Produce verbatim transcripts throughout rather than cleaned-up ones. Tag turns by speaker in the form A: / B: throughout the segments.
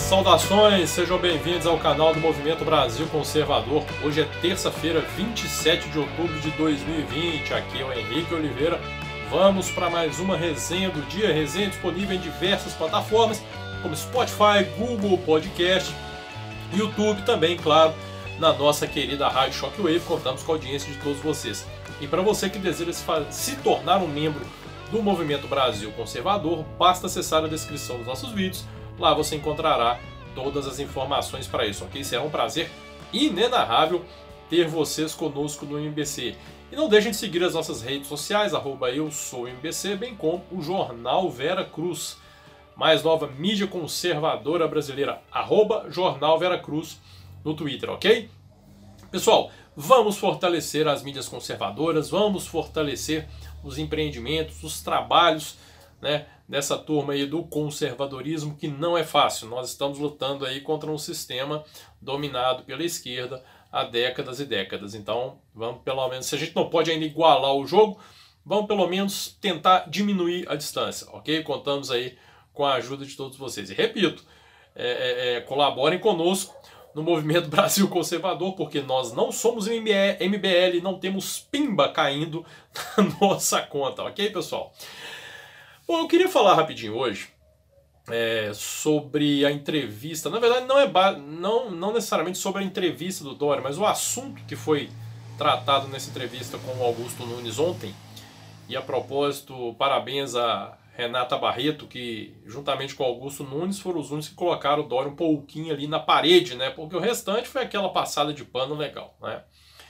A: Saudações, sejam bem-vindos ao canal do Movimento Brasil Conservador. Hoje é terça-feira, vinte e sete de outubro de dois mil e vinte. Aqui é o Henrique Oliveira. Vamos para mais uma resenha do dia. Resenha disponível em diversas plataformas, como Spotify, Google Podcast, YouTube também, claro, na nossa querida Rádio Shockwave. Contamos com a audiência de todos vocês. E para você que deseja se tornar um membro do Movimento Brasil Conservador, basta acessar a descrição dos nossos vídeos. Lá você encontrará todas as informações para isso, ok? Será um prazer inenarrável ter vocês conosco no M B C. E não deixem de seguir as nossas redes sociais, arroba eu sou M B C, bem como o Jornal Vera Cruz, mais nova mídia conservadora brasileira, arroba Jornal Vera Cruz no Twitter, ok? Pessoal, vamos fortalecer as mídias conservadoras, vamos fortalecer os empreendimentos, os trabalhos, né, dessa turma aí do conservadorismo, que não é fácil. Nós estamos lutando aí contra um sistema dominado pela esquerda há décadas e décadas. Então, vamos pelo menos, se a gente não pode ainda igualar o jogo, vamos pelo menos tentar diminuir a distância, ok? Contamos aí com a ajuda de todos vocês. E repito, é, é, é, colaborem conosco no Movimento Brasil Conservador, porque nós não somos M B L, não temos pimba caindo na nossa conta, ok, pessoal? Bom, eu queria falar rapidinho hoje é, sobre a entrevista. Na verdade, não é não, não necessariamente sobre a entrevista do Dória, mas o assunto que foi tratado nessa entrevista com o Augusto Nunes ontem. E a propósito, parabéns a Renata Barreto, que juntamente com o Augusto Nunes foram os únicos que colocaram o Dória um pouquinho ali na parede, né? Porque o restante foi aquela passada de pano legal, né?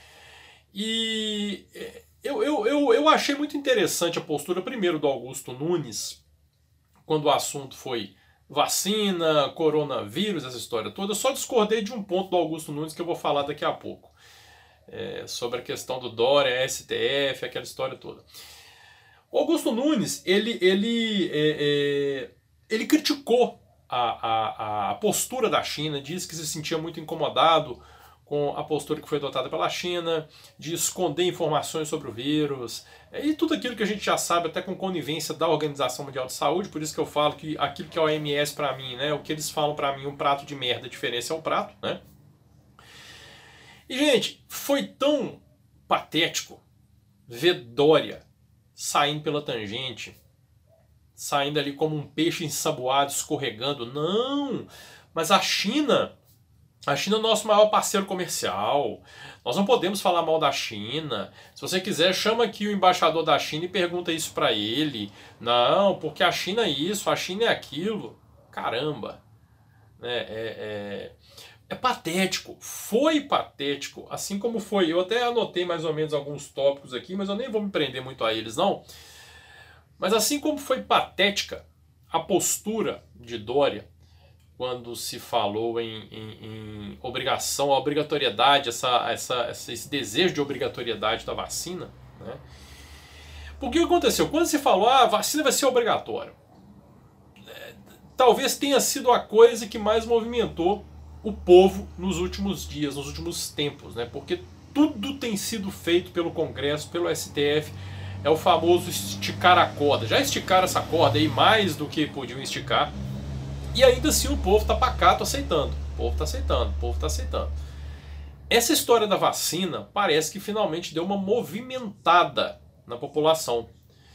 A: E eu, eu, eu, eu achei muito interessante a postura, primeiro, do Augusto Nunes, quando o assunto foi vacina, coronavírus, essa história toda. Eu só discordei de um ponto do Augusto Nunes que eu vou falar daqui a pouco, é, sobre a questão do Dória, S T F, aquela história toda. O Augusto Nunes, ele, ele, é, é, ele criticou a, a, a postura da China, disse que se sentia muito incomodado com a postura que foi adotada pela China, de esconder informações sobre o vírus, e tudo aquilo que a gente já sabe, até com conivência da Organização Mundial de Saúde. Por isso que eu falo que aquilo que é a O M S para mim, né, o que eles falam para mim, um prato de merda, a diferença é o prato, né? E, gente, foi tão patético ver Dória saindo pela tangente, saindo ali como um peixe ensaboado, escorregando. Não, mas a China... A China é o nosso maior parceiro comercial. Nós não podemos falar mal da China. Se você quiser, chama aqui o embaixador da China e pergunta isso para ele. Não, porque a China é isso, a China é aquilo. Caramba. É, é, é, é patético. Foi patético. Assim como foi. Eu até anotei mais ou menos alguns tópicos aqui, mas eu nem vou me prender muito a eles, não. Mas assim como foi patética a postura de Dória, quando se falou em, em, em obrigação, a obrigatoriedade, essa, essa, esse desejo de obrigatoriedade da vacina, né? Porque o que aconteceu? Quando se falou, ah, a vacina vai ser obrigatória, é, talvez tenha sido a coisa que mais movimentou o povo nos últimos dias, nos últimos tempos, né? Porque tudo tem sido feito pelo Congresso, pelo S T F, é o famoso esticar a corda. Já esticaram essa corda aí mais do que podiam esticar. E ainda assim o povo está pacato aceitando. O povo está aceitando, o povo está aceitando. Essa história da vacina parece que finalmente deu uma movimentada na população.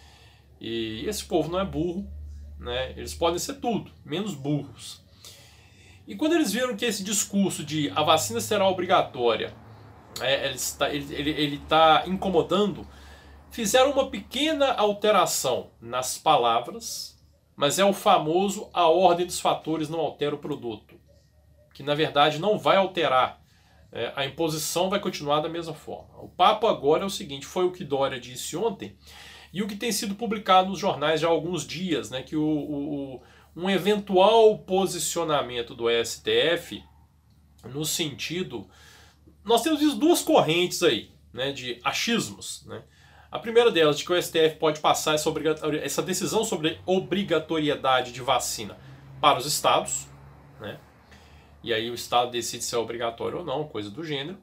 A: E esse povo não é burro, né? Eles podem ser tudo, menos burros. E quando eles viram que esse discurso de a vacina será obrigatória, é, ele está ele, ele, ele tá incomodando, fizeram uma pequena alteração nas palavras. Mas é o famoso a ordem dos fatores não altera o produto, que na verdade não vai alterar, é, a imposição vai continuar da mesma forma. O papo agora é o seguinte, foi o que Dória disse ontem e o que tem sido publicado nos jornais já há alguns dias, né, que o, o, um eventual posicionamento do S T F no sentido... Nós temos duas correntes aí, né, de achismos, né? A primeira delas, de que o S T F pode passar essa, essa decisão sobre obrigatoriedade de vacina para os estados, né? E aí o estado decide se é obrigatório ou não, coisa do gênero.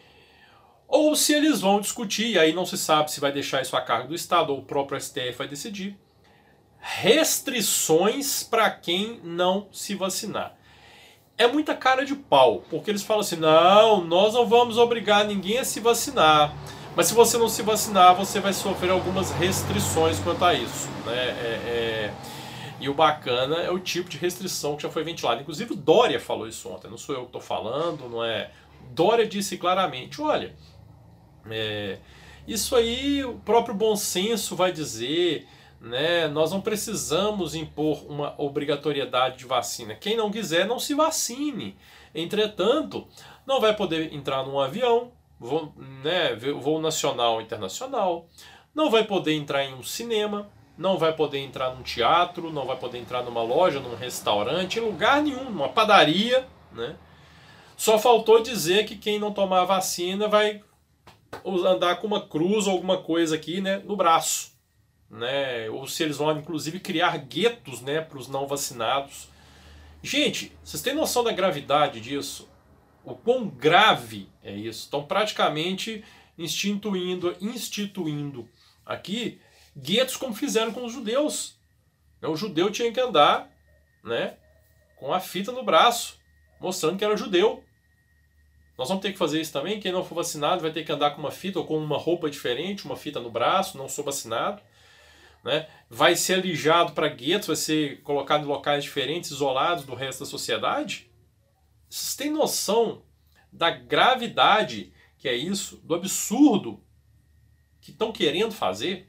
A: Ou se eles vão discutir, e aí não se sabe se vai deixar isso a cargo do estado ou o próprio S T F vai decidir, restrições para quem não se vacinar. é muita cara de pau, porque eles falam assim, não, nós não vamos obrigar ninguém a se vacinar, mas se você não se vacinar, você vai sofrer algumas restrições quanto a isso, né? É, é... E o bacana é o tipo de restrição que já foi ventilado. Inclusive o Dória falou isso ontem, não sou eu que estou falando, não é... Dória disse claramente, olha, é... isso aí o próprio bom senso vai dizer, né? Nós não precisamos impor uma obrigatoriedade de vacina. Quem não quiser, não se vacine. Entretanto, não vai poder entrar num avião, voo, né, voo nacional ou internacional, não vai poder entrar em um cinema, não vai poder entrar num teatro, não vai poder entrar numa loja, num restaurante, em lugar nenhum, numa padaria, né? Só faltou dizer que quem não tomar a vacina vai andar com uma cruz ou alguma coisa aqui, né, no braço, né? Ou se eles vão inclusive criar guetos, né, para os não vacinados. Gente, vocês têm noção da gravidade disso? O quão grave é isso? Estão praticamente instituindo, instituindo aqui guetos como fizeram com os judeus. O judeu tinha que andar, né, com a fita no braço, mostrando que era judeu. Nós vamos ter que fazer isso também. Quem não for vacinado vai ter que andar com uma fita ou com uma roupa diferente, uma fita no braço, não sou vacinado. Né? Vai ser alijado para guetos, vai ser colocado em locais diferentes, isolados do resto da sociedade. Vocês têm noção da gravidade que é isso, do absurdo que estão querendo fazer?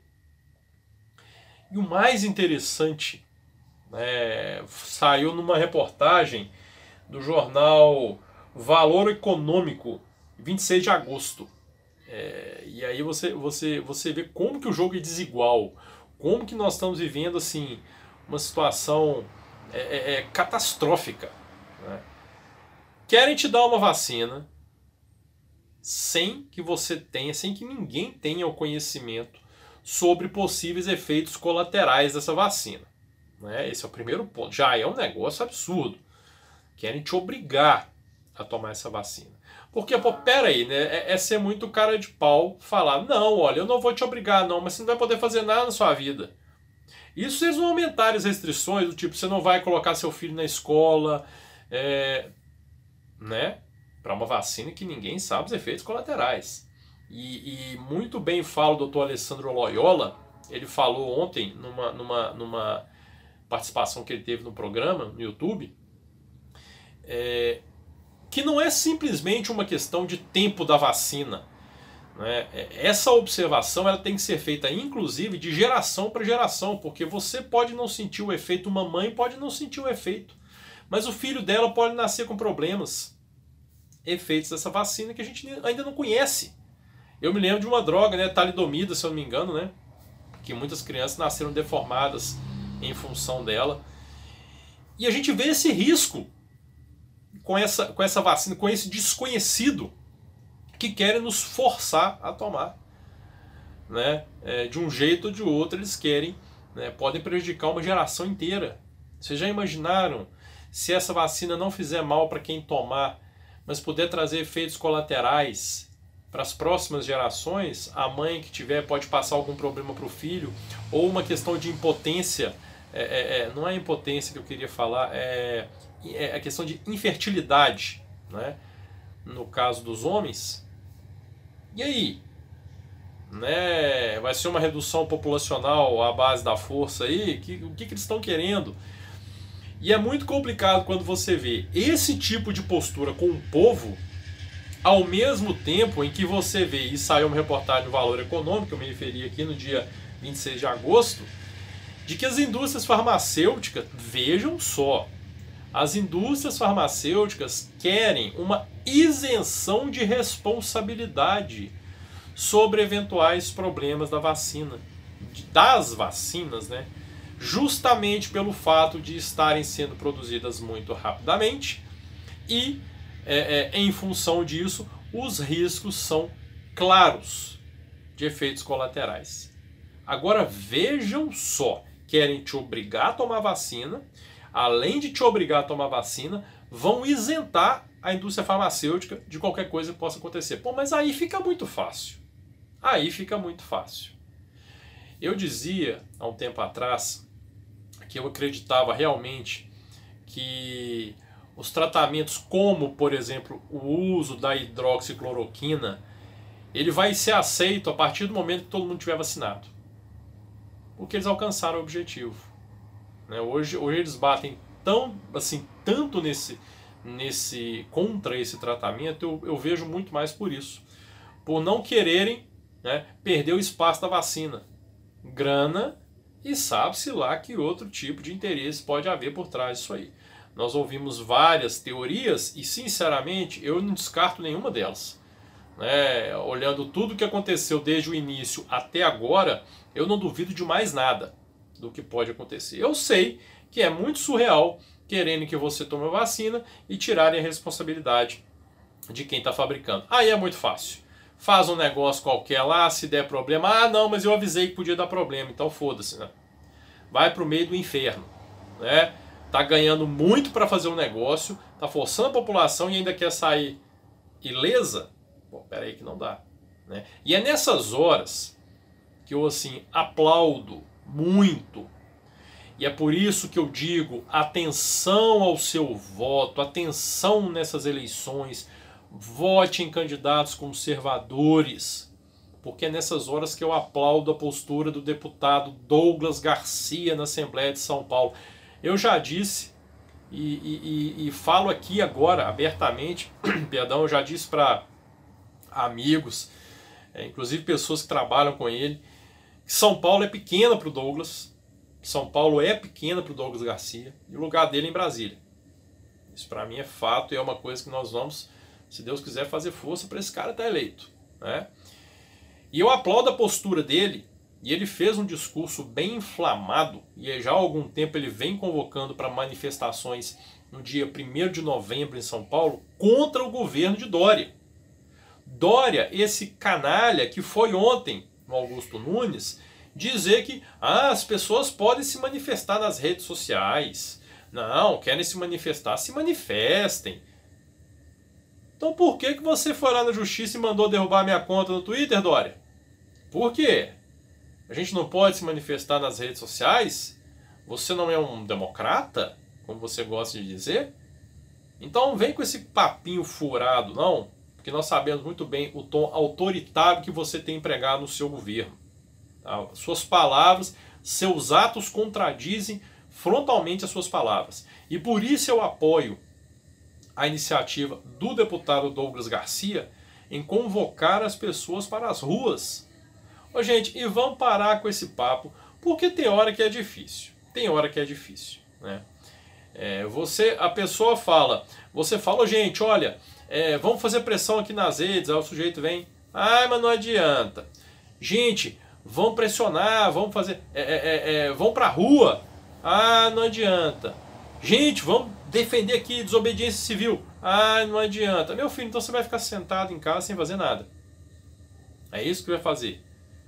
A: E o mais interessante, né, saiu numa reportagem do jornal Valor Econômico, vinte e seis de agosto. É, e aí você, você, você vê como que o jogo é desigual, como que nós estamos vivendo assim uma situação é, é, é, catastrófica. Né? Querem te dar uma vacina sem que você tenha, sem que ninguém tenha o conhecimento sobre possíveis efeitos colaterais dessa vacina. Né? Esse é o primeiro ponto. Já é um negócio absurdo. Querem te obrigar a tomar essa vacina. Porque, pô, pera aí, né? É, é ser muito cara de pau falar, não, olha, eu não vou te obrigar não, mas você não vai poder fazer nada na sua vida. Isso eles vão aumentar as restrições, do tipo, você não vai colocar seu filho na escola, é, né? Para uma vacina que ninguém sabe os efeitos colaterais. E, e muito bem fala o doutor Alessandro Loyola, ele falou ontem numa, numa, numa participação que ele teve no programa, no YouTube, é, que não é simplesmente uma questão de tempo da vacina. Né? Essa observação ela tem que ser feita, inclusive, de geração para geração, porque você pode não sentir o efeito, uma mãe pode não sentir o efeito, mas o filho dela pode nascer com problemas, efeitos dessa vacina que a gente ainda não conhece. Eu me lembro de uma droga, né, talidomida, se eu não me engano, né, que muitas crianças nasceram deformadas em função dela. E a gente vê esse risco com essa, com essa vacina, com esse desconhecido que querem nos forçar a tomar. Né? É, de um jeito ou de outro eles querem, né, podem prejudicar uma geração inteira. Vocês já imaginaram se essa vacina não fizer mal para quem tomar, mas puder trazer efeitos colaterais para as próximas gerações? A mãe que tiver pode passar algum problema para o filho, ou uma questão de impotência, é, é, é, não é impotência que eu queria falar, é, é a questão de infertilidade, né? No caso dos homens. E aí? Né? Vai ser uma redução populacional à base da força aí? Que, o que, que eles estão querendo? E é muito complicado quando você vê esse tipo de postura com o povo, ao mesmo tempo em que você vê, e saiu uma reportagem do Valor Econômico, eu me referi aqui no dia vinte e seis de agosto, de que as indústrias farmacêuticas, vejam só, as indústrias farmacêuticas querem uma isenção de responsabilidade sobre eventuais problemas da vacina, das vacinas, né? Justamente pelo fato de estarem sendo produzidas muito rapidamente e, é, é, em função disso, os riscos são claros de efeitos colaterais. Agora vejam só, querem te obrigar a tomar vacina, além de te obrigar a tomar vacina, vão isentar a indústria farmacêutica de qualquer coisa que possa acontecer. Pô, mas aí fica muito fácil. Aí fica muito fácil. Eu dizia, há um tempo atrás, que eu acreditava realmente que os tratamentos como, por exemplo, o uso da hidroxicloroquina, ele vai ser aceito a partir do momento que todo mundo tiver vacinado. Porque eles alcançaram o objetivo. Né? Hoje, hoje eles batem tão, assim, tanto nesse, nesse, contra esse tratamento, eu, eu vejo muito mais por isso. Por não quererem, né, perder o espaço da vacina. Grana e sabe-se lá que outro tipo de interesse pode haver por trás disso aí. Nós ouvimos várias teorias e, sinceramente, eu não descarto nenhuma delas. Né? Olhando tudo o que aconteceu desde o início até agora, eu não duvido de mais nada do que pode acontecer. Eu sei que é muito surreal querendo que você tome a vacina e tirarem a responsabilidade de quem está fabricando. Aí é muito fácil. Faz um negócio qualquer lá, se der problema, ah não, mas eu avisei que podia dar problema, então foda-se, né? Vai para o meio do inferno, né? Tá ganhando muito para fazer um negócio, tá forçando a população e ainda quer sair ilesa? Pô, peraí que não dá, né? E é nessas horas que eu, assim, aplaudo muito. E é por isso que eu digo, atenção ao seu voto, atenção nessas eleições, vote em candidatos conservadores, porque é nessas horas que eu aplaudo a postura do deputado Douglas Garcia na Assembleia de São Paulo. Eu já disse e, e, e, e falo aqui agora abertamente, perdão, eu já disse para amigos, é, inclusive pessoas que trabalham com ele, que São Paulo é pequena para o Douglas, São Paulo é pequena para o Douglas Garcia e o lugar dele é em Brasília. Isso para mim é fato e é uma coisa que nós vamos, se Deus quiser, fazer força para esse cara estar eleito, né? E eu aplaudo a postura dele, e ele fez um discurso bem inflamado, e já há algum tempo ele vem convocando para manifestações no dia primeiro de novembro em São Paulo, contra o governo de Dória. Dória, esse canalha que foi ontem no Augusto Nunes, dizer que ah, as pessoas podem se manifestar nas redes sociais. Não, querem se manifestar, se manifestem. Então por que, que você foi lá na justiça e mandou derrubar minha conta no Twitter, Dória? Por quê? A gente não pode se manifestar nas redes sociais? Você não é um democrata, como você gosta de dizer? Então não vem com esse papinho furado, não, porque nós sabemos muito bem o tom autoritário que você tem empregado no seu governo. Tá? Suas palavras, seus atos contradizem frontalmente as suas palavras. E por isso eu apoio a iniciativa do deputado Douglas Garcia em convocar as pessoas para as ruas. Ô, gente, e vamos parar com esse papo, porque tem hora que é difícil. Tem hora que é difícil, né? É, você, a pessoa fala, você fala, ô, gente, olha, é, vamos fazer pressão aqui nas redes, aí o sujeito vem, ah, mas não adianta. Gente, vamos pressionar, vamos fazer, é, é, é, vamos pra rua, ah, não adianta. Gente, vamos defender aqui desobediência civil. Ah, não adianta. Meu filho, então você vai ficar sentado em casa sem fazer nada. É isso que vai fazer.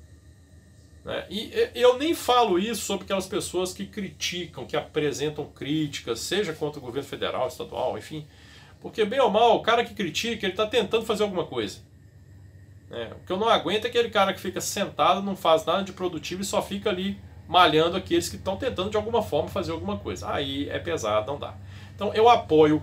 A: Né? E eu nem falo isso sobre aquelas pessoas que criticam, que apresentam críticas, seja contra o governo federal, estadual, enfim. Porque, bem ou mal, o cara que critica, ele está tentando fazer alguma coisa. Né? O que eu não aguento é aquele cara que fica sentado, não faz nada de produtivo e só fica ali malhando aqueles que estão tentando de alguma forma fazer alguma coisa. Aí é pesado, não dá. Então eu apoio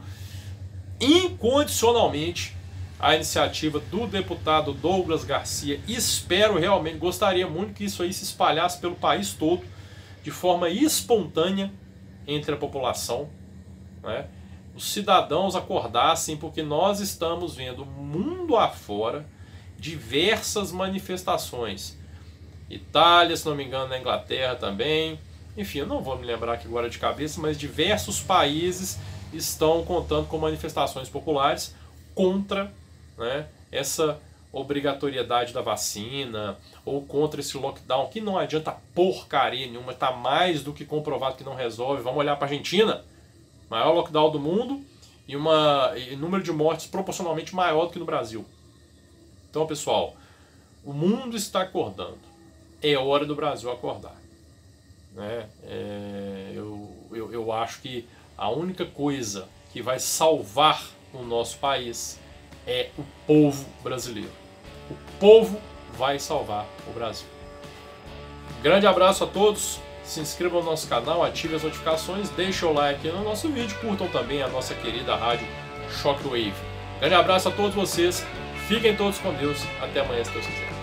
A: incondicionalmente a iniciativa do deputado Douglas Garcia. Espero realmente, gostaria muito que isso aí se espalhasse pelo país todo, de forma espontânea entre a população, né? Os cidadãos acordassem, porque nós estamos vendo mundo afora diversas manifestações. Itália, se não me engano, na Inglaterra também. Enfim, eu não vou me lembrar aqui agora de cabeça, mas diversos países estão contando com manifestações populares contra, né, essa obrigatoriedade da vacina, ou contra esse lockdown, que não adianta porcaria nenhuma, está mais do que comprovado que não resolve. Vamos olhar para a Argentina, maior lockdown do mundo, e uma e número de mortes proporcionalmente maior do que no Brasil. Então, pessoal, o mundo está acordando. É hora do Brasil acordar. Né? É, eu, eu, eu acho que a única coisa que vai salvar o nosso país é o povo brasileiro. O povo vai salvar o Brasil. Grande abraço a todos. se inscrevam no nosso canal, ativem as notificações, deixem o like no nosso vídeo, curtam também a nossa querida rádio Shockwave. Grande abraço a todos vocês, fiquem todos com Deus, até amanhã se Deus quiser.